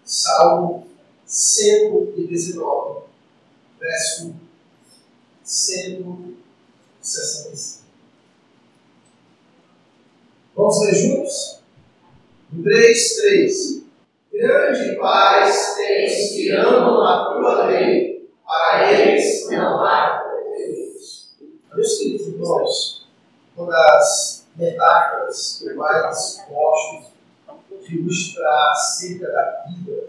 Salmo 119, verso 165. Vamos ler juntos? 3. Grande paz tens que amam a tua lei, para eles não há defeitos. Meus queridos irmãos, uma das metáforas que eu mais gosto de ilustrar acerca da vida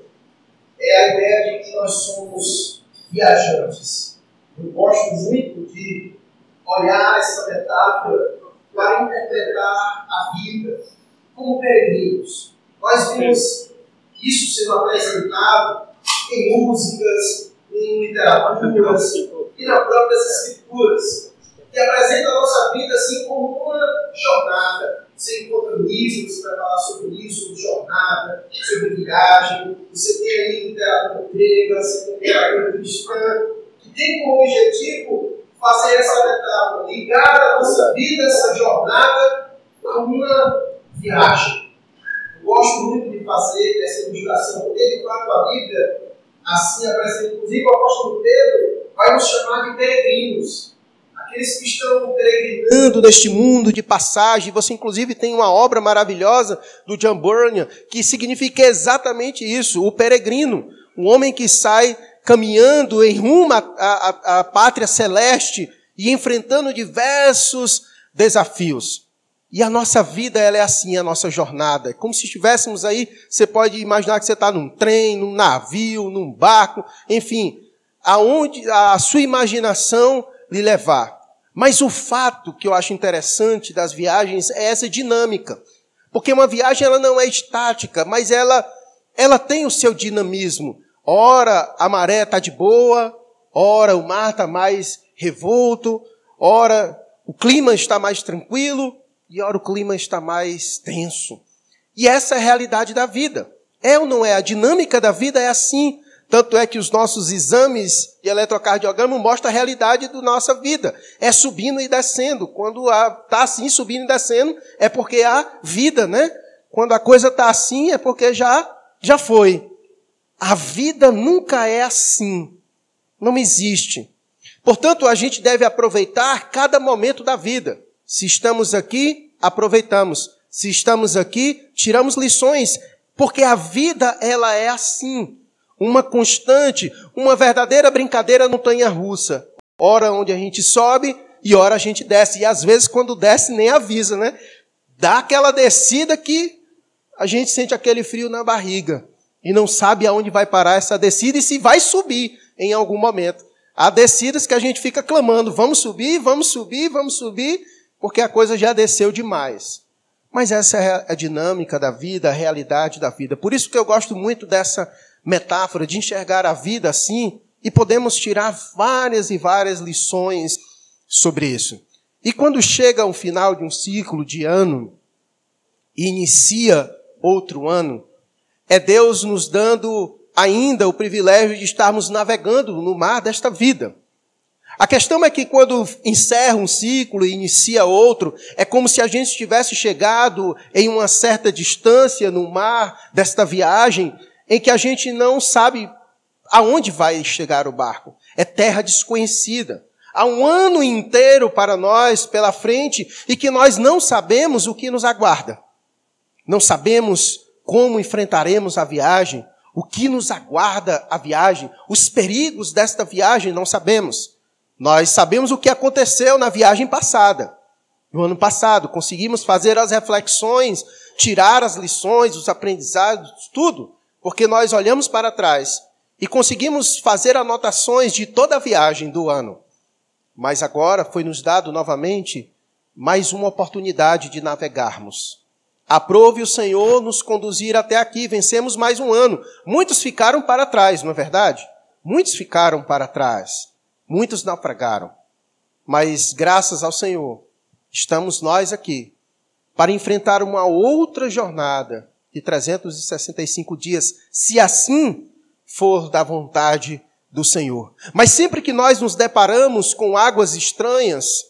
é a ideia de que nós somos viajantes. Eu gosto muito de olhar essa metáfora para interpretar a vida como peregrinos. Nós vemos isso sendo apresentado em músicas, em literaturas e nas próprias escrituras, que apresenta a nossa vida assim como uma jornada. Você encontra livros para falar sobre isso, sobre jornada, sobre viagem. Você tem aí literatura grega, você tem literatura cristã, que tem como objetivo fazer essa metáfora, ligar a nossa vida, essa jornada, a uma viagem. Eu gosto muito de fazer essa ilustração, porque de fato a Bíblia, assim apresenta, inclusive o apóstolo Pedro, vai nos chamar de peregrinos. Aqueles que estão peregrinando neste mundo de passagem. Você inclusive tem uma obra maravilhosa do John Bunyan, que significa exatamente isso, o peregrino. Um homem que sai caminhando em rumo à pátria celeste e enfrentando diversos desafios. E a nossa vida, ela é assim, a nossa jornada. É como se estivéssemos aí, você pode imaginar que você está num trem, num navio, num barco, enfim, aonde a sua imaginação lhe levar. Mas o fato que eu acho interessante das viagens é essa dinâmica. Porque uma viagem, ela não é estática, mas ela tem o seu dinamismo. Ora a maré está de boa, ora o mar está mais revolto, ora o clima está mais tranquilo e ora o clima está mais tenso. E essa é a realidade da vida. É ou não é? A dinâmica da vida é assim. Tanto é que os nossos exames de eletrocardiograma mostram a realidade da nossa vida. É subindo e descendo. Quando está assim, subindo e descendo, é porque há vida, né? Quando a coisa está assim, é porque já foi. A vida nunca é assim. Não existe. Portanto, a gente deve aproveitar cada momento da vida. Se estamos aqui, aproveitamos. Se estamos aqui, tiramos lições. Porque a vida, ela é assim. Uma constante, uma verdadeira brincadeira montanha-russa. Ora onde a gente sobe e ora a gente desce. E às vezes quando desce nem avisa, né? Dá aquela descida que a gente sente aquele frio na barriga. E não sabe aonde vai parar essa descida e se vai subir em algum momento. Há descidas que a gente fica clamando, vamos subir, porque a coisa já desceu demais. Mas essa é a dinâmica da vida, a realidade da vida. Por isso que eu gosto muito dessa metáfora de enxergar a vida assim, e podemos tirar várias e várias lições sobre isso. E quando chega o final de um ciclo de ano, e inicia outro ano, é Deus nos dando ainda o privilégio de estarmos navegando no mar desta vida. A questão é que quando encerra um ciclo e inicia outro, é como se a gente tivesse chegado em uma certa distância no mar desta viagem, em que a gente não sabe aonde vai chegar o barco. É terra desconhecida. Há um ano inteiro para nós pela frente e que nós não sabemos o que nos aguarda. Não sabemos como enfrentaremos a viagem, o que nos aguarda a viagem, os perigos desta viagem não sabemos. Nós sabemos o que aconteceu na viagem passada. No ano passado, conseguimos fazer as reflexões, tirar as lições, os aprendizados, tudo. Porque nós olhamos para trás e conseguimos fazer anotações de toda a viagem do ano. Mas agora foi nos dado novamente mais uma oportunidade de navegarmos. Aprove o Senhor nos conduzir até aqui, vencemos mais um ano. Muitos ficaram para trás, não é verdade? Muitos ficaram para trás. Muitos naufragaram. Mas graças ao Senhor, estamos nós aqui para enfrentar uma outra jornada de 365 dias, se assim for da vontade do Senhor. Mas sempre que nós nos deparamos com águas estranhas,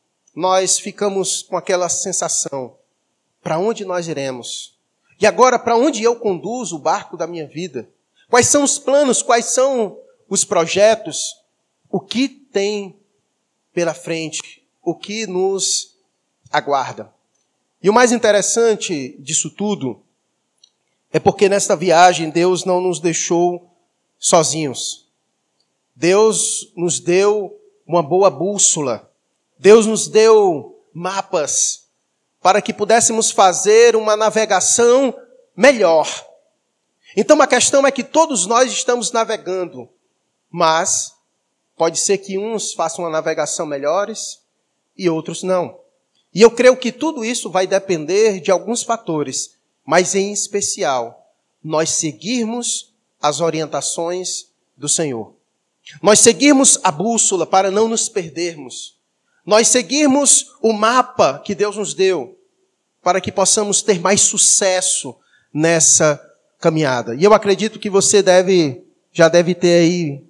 nós ficamos com aquela sensação, para onde nós iremos? E agora, para onde eu conduzo o barco da minha vida? Quais são os planos, quais são os projetos, o que tem pela frente, o que nos aguarda. E o mais interessante disso tudo é porque nesta viagem Deus não nos deixou sozinhos. Deus nos deu uma boa bússola. Deus nos deu mapas para que pudéssemos fazer uma navegação melhor. Então a questão é que todos nós estamos navegando, mas pode ser que uns façam uma navegação melhores e outros não. E eu creio que tudo isso vai depender de alguns fatores, mas em especial, nós seguirmos as orientações do Senhor. Nós seguirmos a bússola para não nos perdermos. Nós seguirmos o mapa que Deus nos deu para que possamos ter mais sucesso nessa caminhada. E eu acredito que você já deve ter aí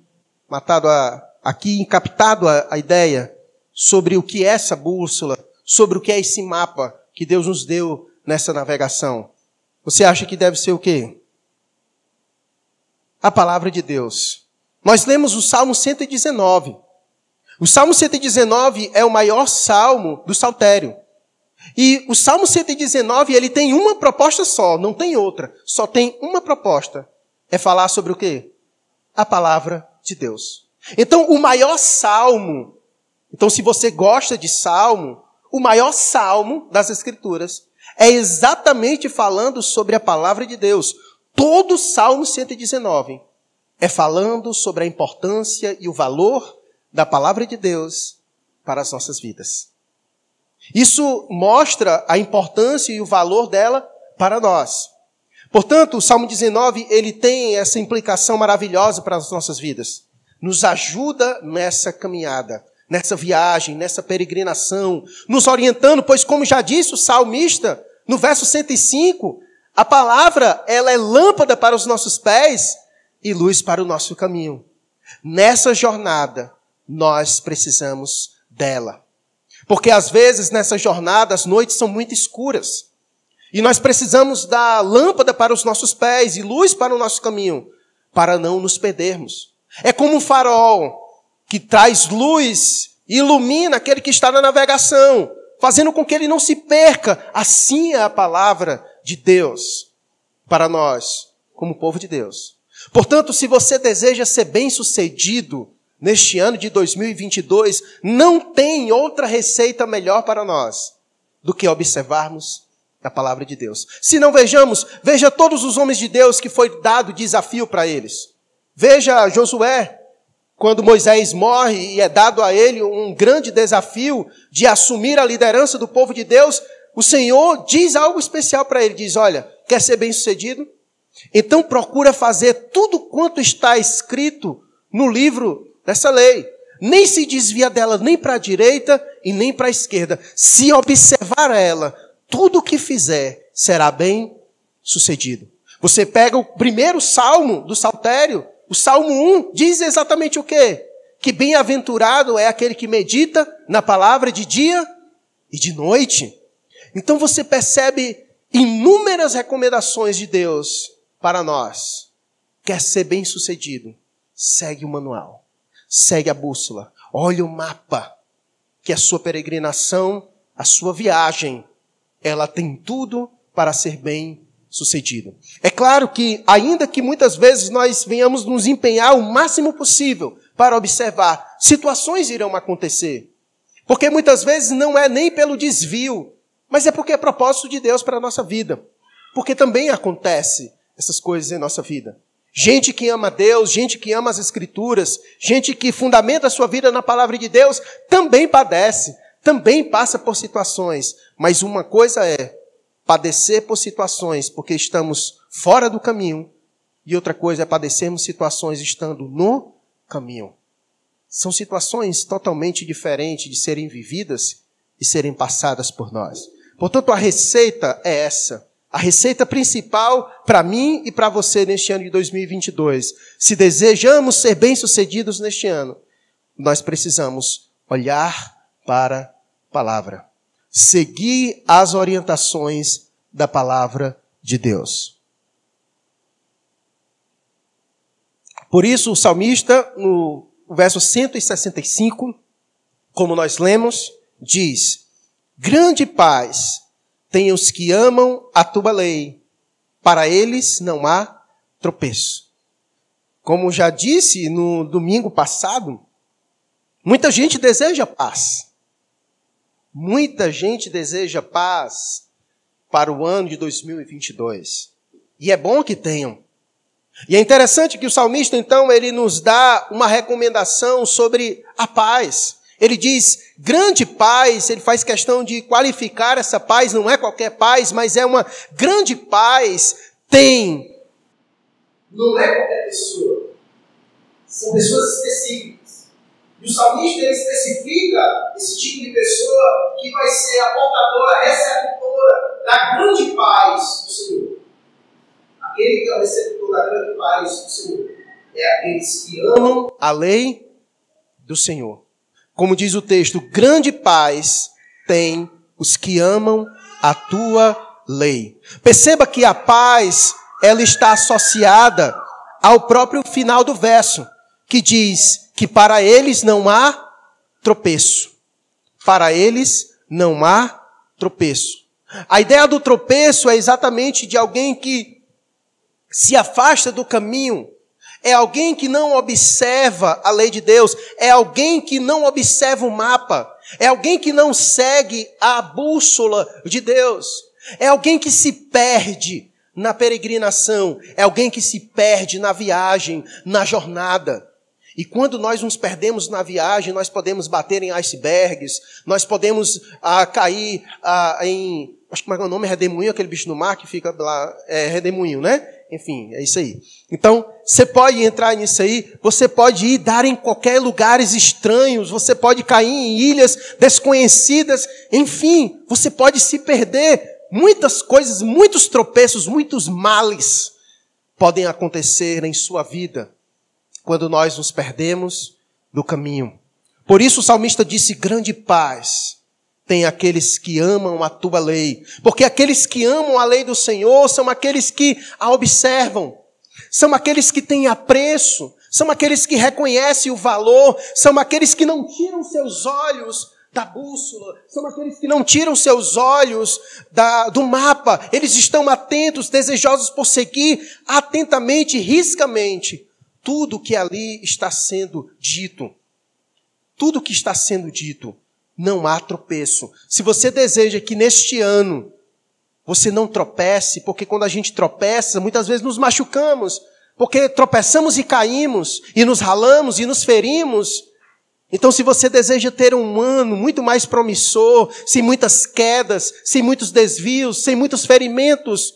captado a ideia sobre o que é essa bússola, sobre o que é esse mapa que Deus nos deu nessa navegação. Você acha que deve ser o quê? A palavra de Deus. Nós lemos o Salmo 119. O Salmo 119 é o maior salmo do Saltério. E o Salmo 119, ele tem uma proposta só, não tem outra. Só tem uma proposta. É falar sobre o quê? A palavra de Deus. Então, o maior salmo, então se você gosta de salmo, o maior salmo das Escrituras é exatamente falando sobre a palavra de Deus. Todo o Salmo 119 é falando sobre a importância e o valor da palavra de Deus para as nossas vidas. Isso mostra a importância e o valor dela para nós. Portanto, o Salmo 19, ele tem essa implicação maravilhosa para as nossas vidas. Nos ajuda nessa caminhada, nessa viagem, nessa peregrinação, nos orientando, pois como já disse o salmista, no verso 105, a palavra, ela é lâmpada para os nossos pés e luz para o nosso caminho. Nessa jornada, nós precisamos dela. Porque às vezes nessa jornada as noites são muito escuras. E nós precisamos da lâmpada para os nossos pés e luz para o nosso caminho, para não nos perdermos. É como um farol que traz luz e ilumina aquele que está na navegação, fazendo com que ele não se perca. Assim é a palavra de Deus para nós, como povo de Deus. Portanto, se você deseja ser bem-sucedido neste ano de 2022, não tem outra receita melhor para nós do que observarmos a palavra de Deus. Se não veja todos os homens de Deus que foi dado desafio para eles. Veja Josué, quando Moisés morre e é dado a ele um grande desafio de assumir a liderança do povo de Deus, o Senhor diz algo especial para ele, diz, olha, quer ser bem-sucedido? Então procura fazer tudo quanto está escrito no livro dessa lei. Nem se desvia dela nem para a direita e nem para a esquerda. Se observar ela, tudo o que fizer será bem sucedido. Você pega o primeiro salmo do Saltério, o Salmo 1, diz exatamente o quê? Que bem-aventurado é aquele que medita na palavra de dia e de noite. Então você percebe inúmeras recomendações de Deus para nós. Quer ser bem-sucedido? Segue o manual. Segue a bússola. Olha o mapa. Que a sua peregrinação, a sua viagem, ela tem tudo para ser bem-sucedido. É claro que, ainda que muitas vezes nós venhamos nos empenhar o máximo possível para observar, situações irão acontecer. Porque muitas vezes não é nem pelo desvio, mas é porque é propósito de Deus para a nossa vida. Porque também acontece essas coisas em nossa vida. Gente que ama Deus, gente que ama as Escrituras, gente que fundamenta a sua vida na palavra de Deus, também padece, também passa por situações. Mas uma coisa é padecer por situações porque estamos fora do caminho, e outra coisa é padecermos situações estando no caminho. São situações totalmente diferentes de serem vividas e serem passadas por nós. Portanto, a receita é essa. A receita principal para mim e para você neste ano de 2022. Se desejamos ser bem-sucedidos neste ano, nós precisamos olhar para a palavra. Seguir as orientações da palavra de Deus. Por isso, o salmista, no verso 165, como nós lemos, diz: grande paz tem os que amam a tua lei, para eles não há tropeço. Como já disse no domingo passado, muita gente deseja paz. Muita gente deseja paz para o ano de 2022. E é bom que tenham. E é interessante que o salmista, então, ele nos dá uma recomendação sobre a paz. Ele diz, grande paz, ele faz questão de qualificar essa paz, não é qualquer paz, mas é uma grande paz, tem. Não é qualquer pessoa. São pessoas específicas. E o salmista ele especifica esse tipo de pessoa que vai ser a portadora, receptora da grande paz do Senhor. Aquele que é o receptor da grande paz do Senhor é aqueles que amam a lei do Senhor. Como diz o texto, grande paz tem os que amam a tua lei. Perceba que a paz, ela está associada ao próprio final do verso, que diz que para eles não há tropeço. Para eles não há tropeço. A ideia do tropeço é exatamente de alguém que se afasta do caminho. É alguém que não observa a lei de Deus. É alguém que não observa o mapa. É alguém que não segue a bússola de Deus. É alguém que se perde na peregrinação. É alguém que se perde na viagem, na jornada. E quando nós nos perdemos na viagem, nós podemos bater em icebergs, nós podemos cair em... Acho que o nome é redemoinho, aquele bicho no mar que fica lá... É redemoinho, né? Enfim, é isso aí. Então, você pode entrar nisso aí, você pode ir dar em qualquer lugares estranhos, você pode cair em ilhas desconhecidas, enfim, você pode se perder. Muitas coisas, muitos tropeços, muitos males podem acontecer em sua vida quando nós nos perdemos do caminho. Por isso o salmista disse, grande paz tem aqueles que amam a tua lei. Porque aqueles que amam a lei do Senhor são aqueles que a observam. São aqueles que têm apreço. São aqueles que reconhecem o valor. São aqueles que não tiram seus olhos da bússola. São aqueles que não tiram seus olhos do mapa. Eles estão atentos, desejosos por seguir atentamente, riscamente, tudo que ali está sendo dito. Tudo que está sendo dito. Não há tropeço. Se você deseja que neste ano você não tropece, porque quando a gente tropeça, muitas vezes nos machucamos, porque tropeçamos e caímos, e nos ralamos e nos ferimos. Então, se você deseja ter um ano muito mais promissor, sem muitas quedas, sem muitos desvios, sem muitos ferimentos,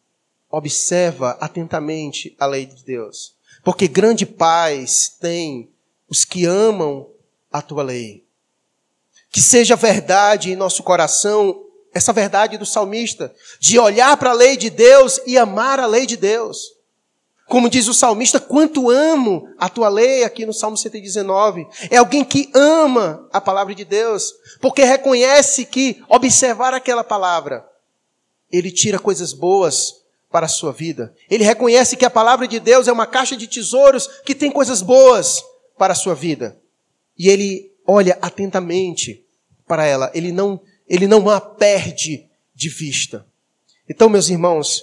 observa atentamente a lei de Deus. Porque grande paz tem os que amam a tua lei. Que seja verdade em nosso coração, essa verdade do salmista, de olhar para a lei de Deus e amar a lei de Deus. Como diz o salmista, quanto amo a tua lei, aqui no Salmo 119. É alguém que ama a palavra de Deus, porque reconhece que observar aquela palavra, ele tira coisas boas para a sua vida. Ele reconhece que a palavra de Deus é uma caixa de tesouros que tem coisas boas para a sua vida. E ele olha atentamente para ela. Ele não a perde de vista. Então, meus irmãos,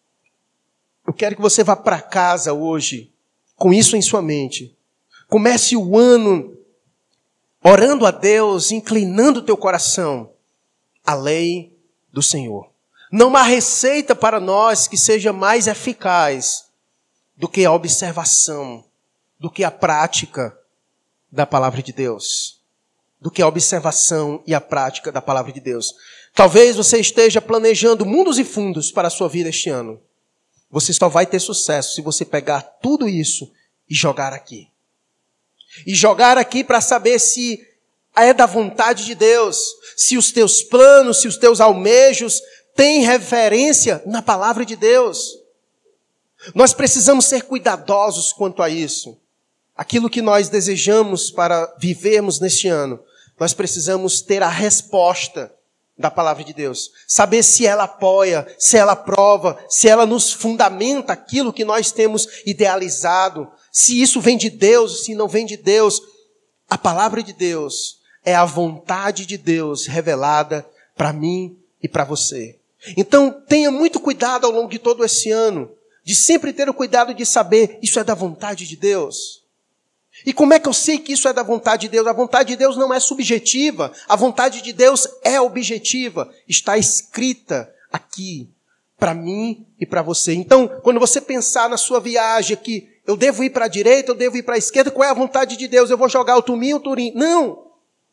eu quero que você vá para casa hoje com isso em sua mente. Comece o ano orando a Deus, inclinando o teu coração à lei do Senhor. Não há receita para nós que seja mais eficaz do que a observação, do que a prática da palavra de Deus. Do que a observação e a prática da palavra de Deus. Talvez você esteja planejando mundos e fundos para a sua vida este ano. Você só vai ter sucesso se você pegar tudo isso e jogar aqui. E jogar aqui para saber se é da vontade de Deus, se os teus planos, se os teus almejos têm referência na palavra de Deus. Nós precisamos ser cuidadosos quanto a isso. Aquilo que nós desejamos para vivermos neste ano, nós precisamos ter a resposta da palavra de Deus. Saber se ela apoia, se ela aprova, se ela nos fundamenta aquilo que nós temos idealizado, se isso vem de Deus, se não vem de Deus. A palavra de Deus é a vontade de Deus revelada para mim e para você. Então, tenha muito cuidado ao longo de todo esse ano, de sempre ter o cuidado de saber, isso é da vontade de Deus. E como é que eu sei que isso é da vontade de Deus? A vontade de Deus não é subjetiva, a vontade de Deus é objetiva, está escrita aqui, para mim e para você. Então, quando você pensar na sua viagem que eu devo ir para a direita, eu devo ir para a esquerda, qual é a vontade de Deus? Eu vou jogar o Tumim ou o Turim? Não!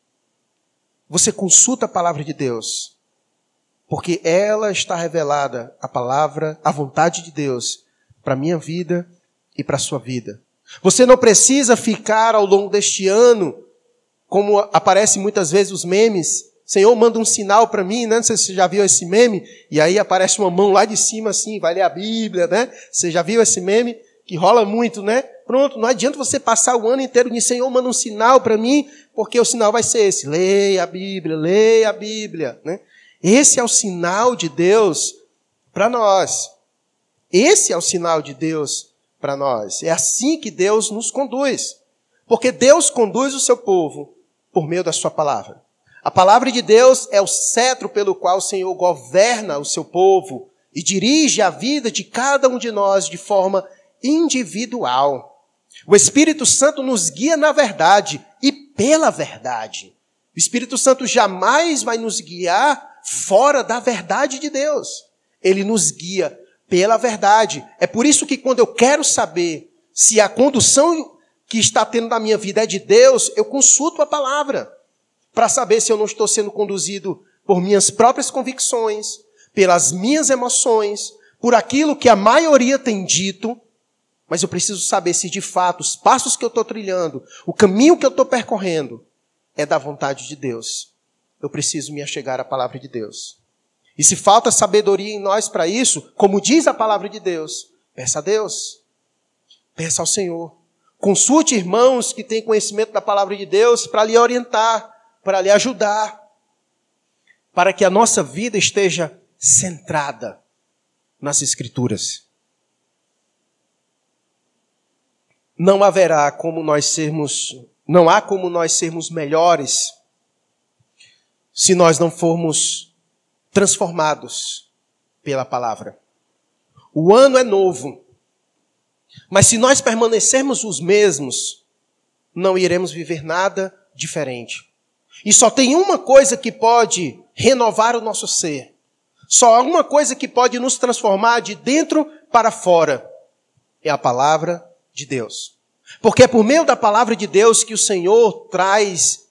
Você consulta a palavra de Deus, porque ela está revelada, a palavra, a vontade de Deus, para a minha vida e para a sua vida. Você não precisa ficar ao longo deste ano, como aparece muitas vezes os memes, Senhor, manda um sinal para mim, né? Não sei se você já viu esse meme, e aí aparece uma mão lá de cima assim, vai ler a Bíblia, né? Você já viu esse meme? Que rola muito, né? Pronto, não adianta você passar o ano inteiro de Senhor, manda um sinal para mim, porque o sinal vai ser esse, leia a Bíblia, né? Esse é o sinal de Deus para nós. Esse é o sinal de Deus para nós. É assim que Deus nos conduz. Porque Deus conduz o seu povo por meio da sua palavra. A palavra de Deus é o cetro pelo qual o Senhor governa o seu povo e dirige a vida de cada um de nós de forma individual. O Espírito Santo nos guia na verdade e pela verdade. O Espírito Santo jamais vai nos guiar fora da verdade de Deus. Ele nos guia pela verdade. É por isso que quando eu quero saber se a condução que está tendo na minha vida é de Deus, eu consulto a palavra para saber se eu não estou sendo conduzido por minhas próprias convicções, pelas minhas emoções, por aquilo que a maioria tem dito, mas eu preciso saber se de fato os passos que eu estou trilhando, o caminho que eu estou percorrendo, é da vontade de Deus. Eu preciso me achegar à palavra de Deus. E se falta sabedoria em nós para isso, como diz a palavra de Deus, peça a Deus, peça ao Senhor. Consulte irmãos que têm conhecimento da palavra de Deus para lhe orientar, para lhe ajudar, para que a nossa vida esteja centrada nas Escrituras. Não há como nós sermos melhores se nós não formos transformados pela palavra. O ano é novo, mas se nós permanecermos os mesmos, não iremos viver nada diferente. E só tem uma coisa que pode renovar o nosso ser. Só há uma coisa que pode nos transformar de dentro para fora. É a palavra de Deus. Porque é por meio da palavra de Deus que o Senhor faz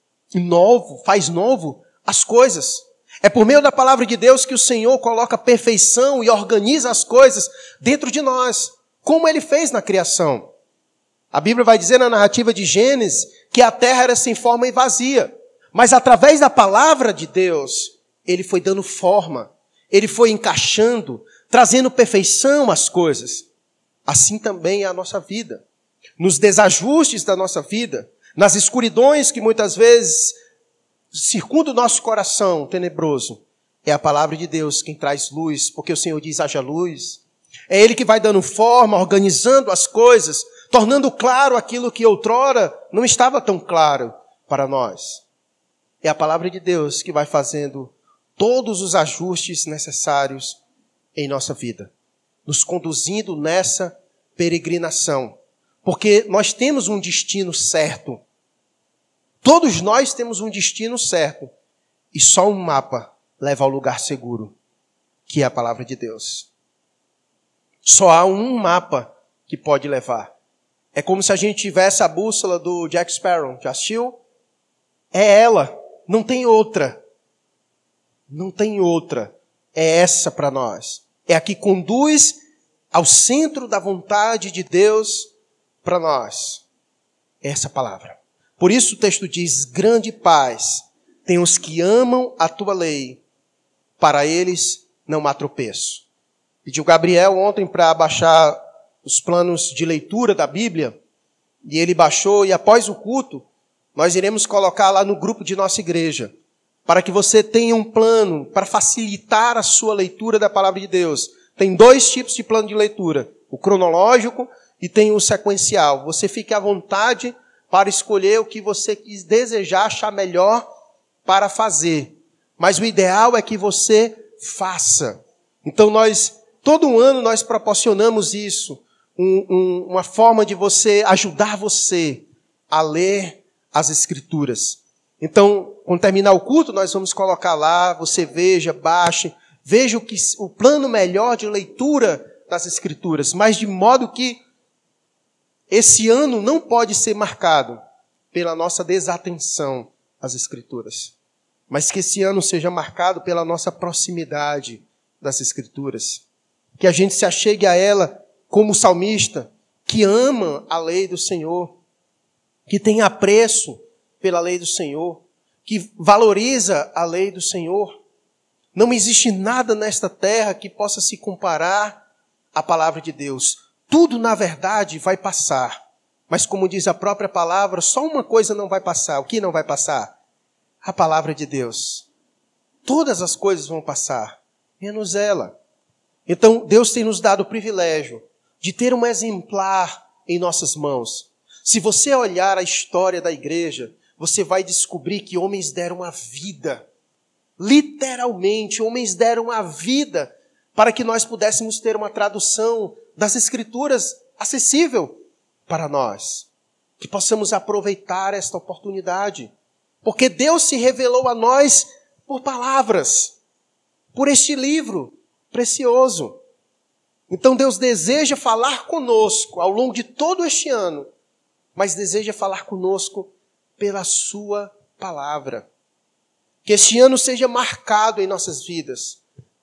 novo as coisas. É por meio da palavra de Deus que o Senhor coloca perfeição e organiza as coisas dentro de nós, como Ele fez na criação. A Bíblia vai dizer na narrativa de Gênesis que a terra era sem forma e vazia. Mas através da palavra de Deus, Ele foi dando forma, Ele foi encaixando, trazendo perfeição às coisas. Assim também é a nossa vida. Nos desajustes da nossa vida, nas escuridões que muitas vezes circundam o nosso coração tenebroso, é a palavra de Deus quem traz luz, porque o Senhor diz, haja luz. É Ele que vai dando forma, organizando as coisas, tornando claro aquilo que outrora não estava tão claro para nós. É a palavra de Deus que vai fazendo todos os ajustes necessários em nossa vida, nos conduzindo nessa peregrinação. Porque nós temos um destino certo. Todos nós temos um destino certo. E só um mapa leva ao lugar seguro, que é a palavra de Deus. Só há um mapa que pode levar. É como se a gente tivesse a bússola do Jack Sparrow. Já assistiu? É ela. Não tem outra. Não tem outra. É essa para nós. É a que conduz ao centro da vontade de Deus para nós. É essa palavra. Por isso o texto diz, grande paz tem os que amam a tua lei, para eles não há tropeço. Pediu Gabriel ontem para baixar os planos de leitura da Bíblia, e ele baixou, e após o culto, nós iremos colocar lá no grupo de nossa igreja, para que você tenha um plano para facilitar a sua leitura da palavra de Deus. Tem 2 tipos de plano de leitura, o cronológico e tem o sequencial. Você fique à vontade para escolher o que você desejar, achar melhor para fazer. Mas o ideal é que você faça. Então todo ano nós proporcionamos isso, uma forma de ajudar você a ler as Escrituras. Então, quando terminar o culto, nós vamos colocar lá, você veja, baixe, veja o plano melhor de leitura das Escrituras, mas de modo que esse ano não pode ser marcado pela nossa desatenção às Escrituras, mas que esse ano seja marcado pela nossa proximidade das Escrituras, que a gente se achegue a ela como o salmista, que ama a lei do Senhor, que tem apreço pela lei do Senhor, que valoriza a lei do Senhor. Não existe nada nesta terra que possa se comparar à palavra de Deus. Tudo, na verdade, vai passar. Mas como diz a própria palavra, só uma coisa não vai passar. O que não vai passar? A palavra de Deus. Todas as coisas vão passar, menos ela. Então, Deus tem nos dado o privilégio de ter um exemplar em nossas mãos. Se você olhar a história da igreja, você vai descobrir que homens deram a vida. Literalmente, homens deram a vida para que nós pudéssemos ter uma tradução das Escrituras acessível para nós. Que possamos aproveitar esta oportunidade. Porque Deus se revelou a nós por palavras, por este livro precioso. Então Deus deseja falar conosco ao longo de todo este ano, mas deseja falar conosco pela sua palavra. Que este ano seja marcado em nossas vidas.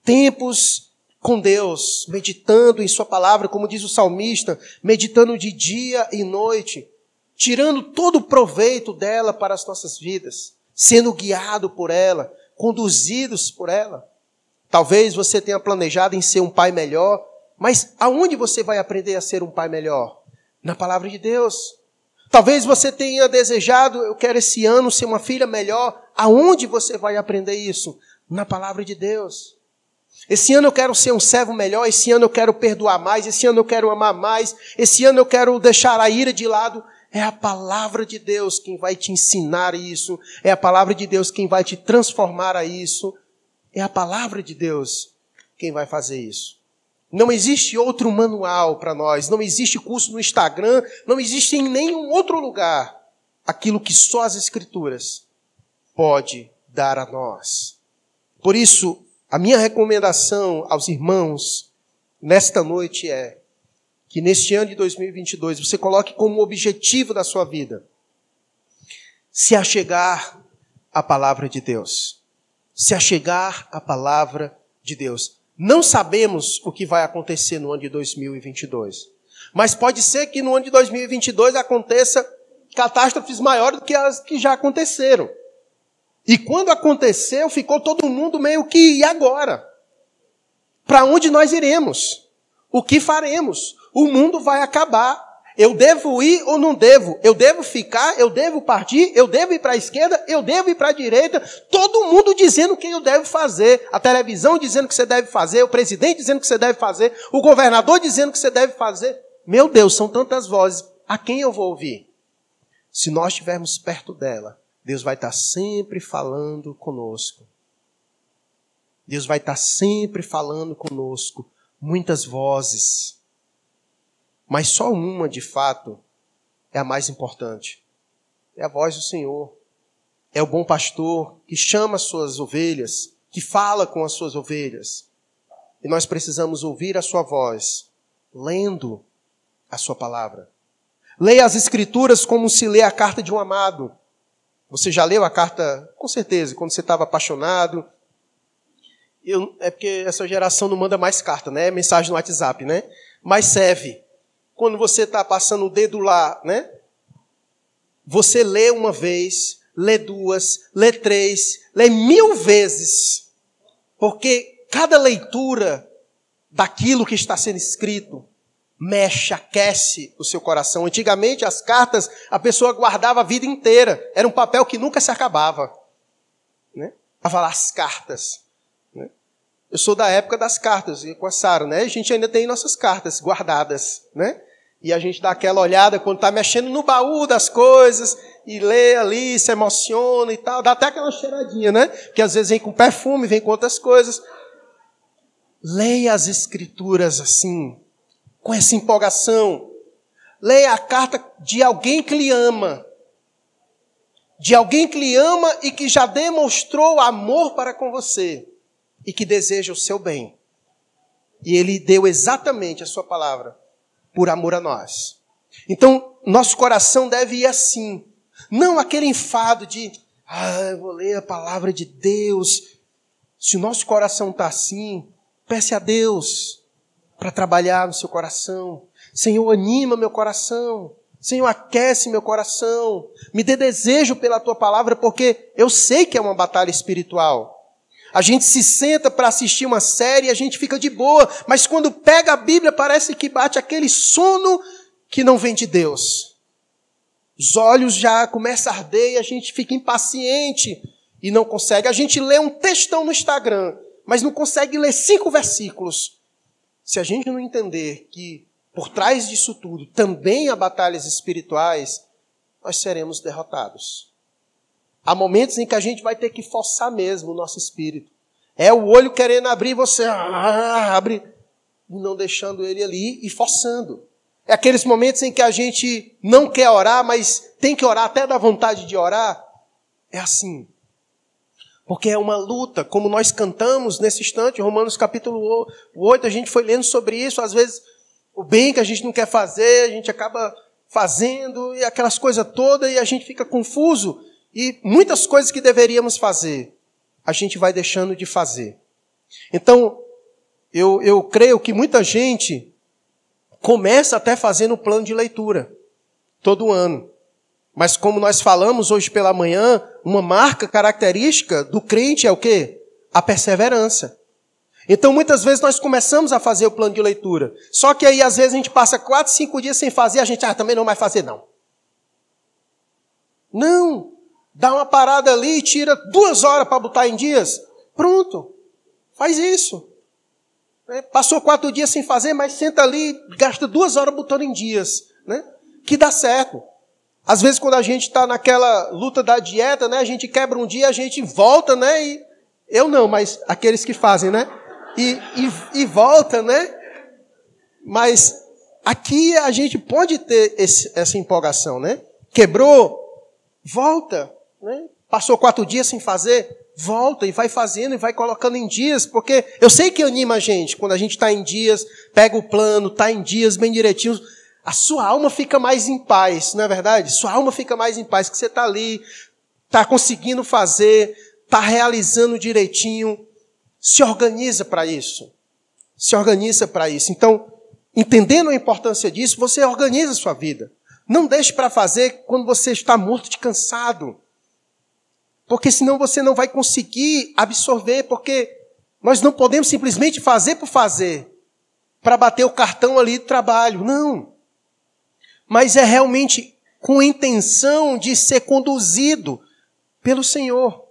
Tempos com Deus, meditando em sua palavra, como diz o salmista, meditando de dia e noite, tirando todo o proveito dela para as nossas vidas, sendo guiado por ela, conduzidos por ela. Talvez você tenha planejado em ser um pai melhor, mas aonde você vai aprender a ser um pai melhor? Na palavra de Deus. Talvez você tenha desejado, eu quero esse ano ser uma filha melhor. Aonde você vai aprender isso? Na palavra de Deus. Esse ano eu quero ser um servo melhor, esse ano eu quero perdoar mais, esse ano eu quero amar mais, esse ano eu quero deixar a ira de lado. É a palavra de Deus quem vai te ensinar isso. É a palavra de Deus quem vai te transformar a isso. É a palavra de Deus quem vai fazer isso. Não existe outro manual para nós, não existe curso no Instagram, não existe em nenhum outro lugar aquilo que só as Escrituras pode dar a nós. Por isso, a minha recomendação aos irmãos nesta noite é que neste ano de 2022 você coloque como objetivo da sua vida se achegar à palavra de Deus. Se achegar à palavra de Deus. Não sabemos o que vai acontecer no ano de 2022. Mas pode ser que no ano de 2022 aconteça catástrofes maiores do que as que já aconteceram. E quando aconteceu, ficou todo mundo meio que, e agora? Para onde nós iremos? O que faremos? O mundo vai acabar. Eu devo ir ou não devo? Eu devo ficar? Eu devo partir? Eu devo ir para a esquerda? Eu devo ir para a direita? Todo mundo dizendo o que eu devo fazer. A televisão dizendo o que você deve fazer. O presidente dizendo o que você deve fazer. O governador dizendo o que você deve fazer. Meu Deus, são tantas vozes. A quem eu vou ouvir? Se nós estivermos perto dela, Deus vai estar sempre falando conosco. Deus vai estar sempre falando conosco. Muitas vozes. Mas só uma, de fato, é a mais importante. É a voz do Senhor. É o bom pastor que chama as suas ovelhas, que fala com as suas ovelhas. E nós precisamos ouvir a sua voz, lendo a sua palavra. Leia as Escrituras como se lê a carta de um amado. Você já leu a carta, com certeza, quando você estava apaixonado. É porque essa geração não manda mais carta, né? É mensagem no WhatsApp, né? Mas serve. Quando você está passando o dedo lá, né? Você lê uma vez, lê duas, lê três, lê 1000 vezes. Porque cada leitura daquilo que está sendo escrito mexe, aquece o seu coração. Antigamente, as cartas, a pessoa guardava a vida inteira. Era um papel que nunca se acabava. Né? Para falar as cartas. Né? Eu sou da época das cartas, com a Sara, né? A gente ainda tem nossas cartas guardadas, né? E a gente dá aquela olhada quando está mexendo no baú das coisas e lê ali, se emociona e tal. Dá até aquela cheiradinha, né? Porque às vezes vem com perfume, vem com outras coisas. Leia as Escrituras assim, com essa empolgação. Leia a carta de alguém que lhe ama. De alguém que lhe ama e que já demonstrou amor para com você. E que deseja o seu bem. E ele deu exatamente a sua palavra por amor a nós. Então, nosso coração deve ir assim. Não aquele enfado de, eu vou ler a palavra de Deus. Se o nosso coração está assim, peça a Deus para trabalhar no seu coração. Senhor, anima meu coração. Senhor, aquece meu coração. Me dê desejo pela tua palavra, porque eu sei que é uma batalha espiritual. A gente se senta para assistir uma série e a gente fica de boa, mas quando pega a Bíblia parece que bate aquele sono que não vem de Deus. Os olhos já começam a arder e a gente fica impaciente e não consegue. A gente lê um textão no Instagram, mas não consegue ler 5 versículos. Se a gente não entender que por trás disso tudo também há batalhas espirituais, nós seremos derrotados. Há momentos em que a gente vai ter que forçar mesmo o nosso espírito. É o olho querendo abrir, você abre, não deixando ele ali e forçando. É aqueles momentos em que a gente não quer orar, mas tem que orar até dar vontade de orar. É assim. Porque é uma luta, como nós cantamos nesse instante, Romanos capítulo 8, a gente foi lendo sobre isso. Às vezes, o bem que a gente não quer fazer, a gente acaba fazendo, e aquelas coisas todas, e a gente fica confuso. E muitas coisas que deveríamos fazer, a gente vai deixando de fazer. Então, eu creio que muita gente começa até fazendo plano de leitura, todo ano. Mas como nós falamos hoje pela manhã, uma marca característica do crente é o quê? A perseverança. Então, muitas vezes nós começamos a fazer o plano de leitura. Só que aí, às vezes, a gente passa 4, 5 dias sem fazer, a gente, também não vai fazer, não. Não. Dá uma parada ali e tira 2 horas para botar em dias. Pronto. Faz isso. Passou 4 dias sem fazer, mas senta ali e gasta 2 horas botando em dias. Né? Que dá certo. Às vezes, quando a gente está naquela luta da dieta, né, a gente quebra um dia, a gente volta, né? E eu não, mas aqueles que fazem, né? E volta, né? Mas aqui a gente pode ter essa empolgação, né? Quebrou, volta. Né? Passou 4 dias sem fazer, volta e vai fazendo e vai colocando em dias, porque eu sei que anima a gente, quando a gente está em dias, pega o plano, está em dias bem direitinho, a sua alma fica mais em paz, não é verdade? Sua alma fica mais em paz, que você está ali, está conseguindo fazer, está realizando direitinho, se organiza para isso. Se organiza para isso. Então, entendendo a importância disso, você organiza a sua vida. Não deixe para fazer quando você está morto de cansado. Porque senão você não vai conseguir absorver, porque nós não podemos simplesmente fazer por fazer, para bater o cartão ali do trabalho. Não. Mas é realmente com a intenção de ser conduzido pelo Senhor.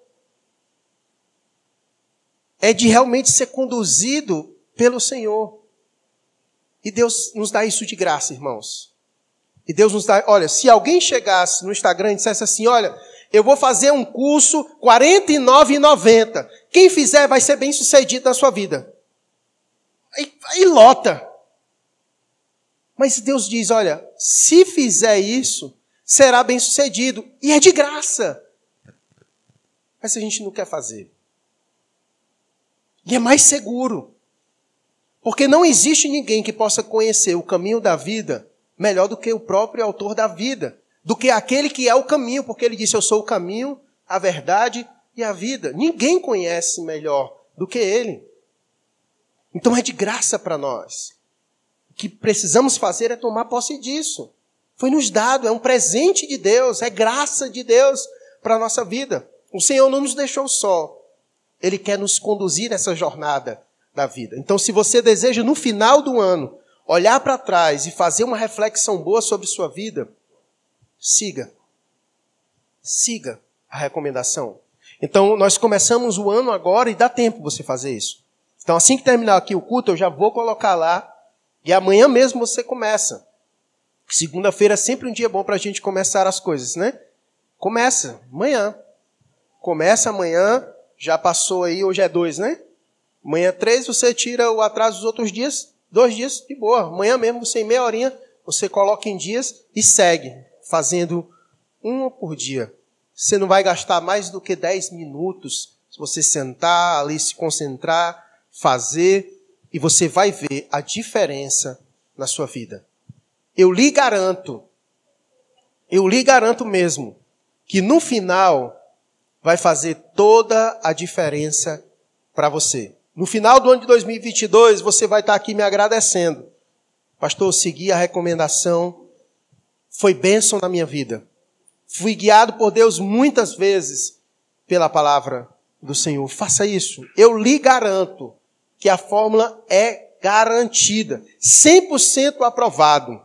É de realmente ser conduzido pelo Senhor. E Deus nos dá isso de graça, irmãos. E Deus nos dá... Olha, se alguém chegasse no Instagram e dissesse assim, olha, eu vou fazer um curso R$ 49,90. Quem fizer vai ser bem sucedido na sua vida. Aí lota. Mas Deus diz, olha, se fizer isso, será bem sucedido. E é de graça. Mas a gente não quer fazer. E é mais seguro. Porque não existe ninguém que possa conhecer o caminho da vida melhor do que o próprio autor da vida. Do que aquele que é o caminho, porque ele disse, eu sou o caminho, a verdade e a vida. Ninguém conhece melhor do que ele. Então é de graça para nós. O que precisamos fazer é tomar posse disso. Foi nos dado, é um presente de Deus, é graça de Deus para a nossa vida. O Senhor não nos deixou só. Ele quer nos conduzir nessa jornada da vida. Então, se você deseja, no final do ano, olhar para trás e fazer uma reflexão boa sobre sua vida, siga. Siga a recomendação. Então, nós começamos o ano agora e dá tempo você fazer isso. Então, assim que terminar aqui o culto, eu já vou colocar lá e amanhã mesmo você começa. Segunda-feira é sempre um dia bom para a gente começar as coisas, né? Começa amanhã. Começa amanhã, já passou aí, hoje é 2, né? Amanhã é 3, você tira o atraso dos outros dias, 2 dias, de boa. Amanhã mesmo, você em meia horinha, você coloca em dias e segue, fazendo um por dia. Você não vai gastar mais do que 10 minutos se você sentar ali, se concentrar, fazer, e você vai ver a diferença na sua vida. Eu lhe garanto mesmo, que no final vai fazer toda a diferença para você. No final do ano de 2022, você vai estar aqui me agradecendo. Pastor, eu segui a recomendação, foi bênção na minha vida. Fui guiado por Deus muitas vezes pela palavra do Senhor. Faça isso. Eu lhe garanto que a fórmula é garantida. 100% aprovado.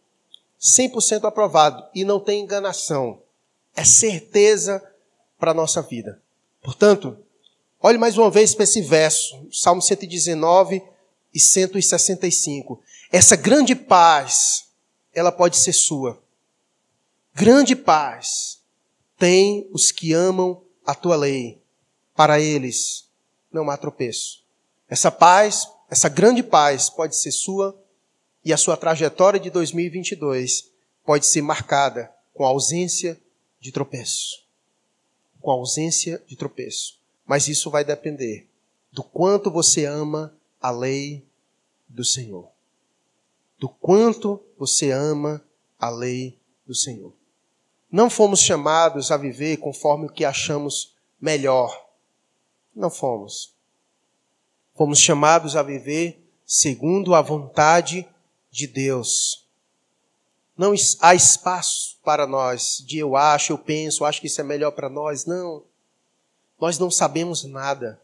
100% aprovado. E não tem enganação. É certeza para a nossa vida. Portanto, olhe mais uma vez para esse verso. Salmo 119 e 165. Essa grande paz, ela pode ser sua. Grande paz tem os que amam a tua lei. Para eles não há tropeço. Essa paz, essa grande paz pode ser sua e a sua trajetória de 2022 pode ser marcada com a ausência de tropeço. Com a ausência de tropeço. Mas isso vai depender do quanto você ama a lei do Senhor. Do quanto você ama a lei do Senhor. Não fomos chamados a viver conforme o que achamos melhor. Não fomos. Fomos chamados a viver segundo a vontade de Deus. Não há espaço para nós de eu acho, eu penso, acho que isso é melhor para nós. Não. Nós não sabemos nada.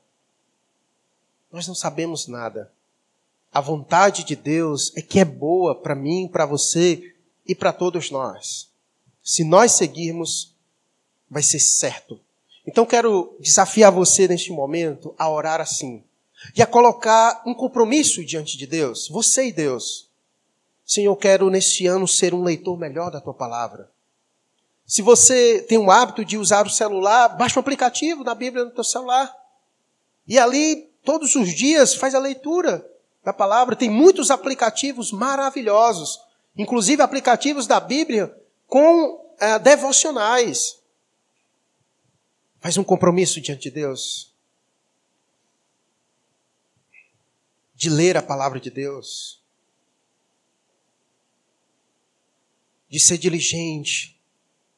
Nós não sabemos nada. A vontade de Deus é que é boa para mim, para você e para todos nós. Se nós seguirmos, vai ser certo. Então quero desafiar você neste momento a orar assim. E a colocar um compromisso diante de Deus. Você e Deus. Senhor, eu quero neste ano ser um leitor melhor da tua palavra. Se você tem o hábito de usar o celular, baixa um aplicativo da Bíblia no teu celular. E ali, todos os dias, faz a leitura da palavra. Tem muitos aplicativos maravilhosos. Inclusive aplicativos da Bíblia com devocionais. Faz um compromisso diante de Deus. De ler a palavra de Deus. De ser diligente.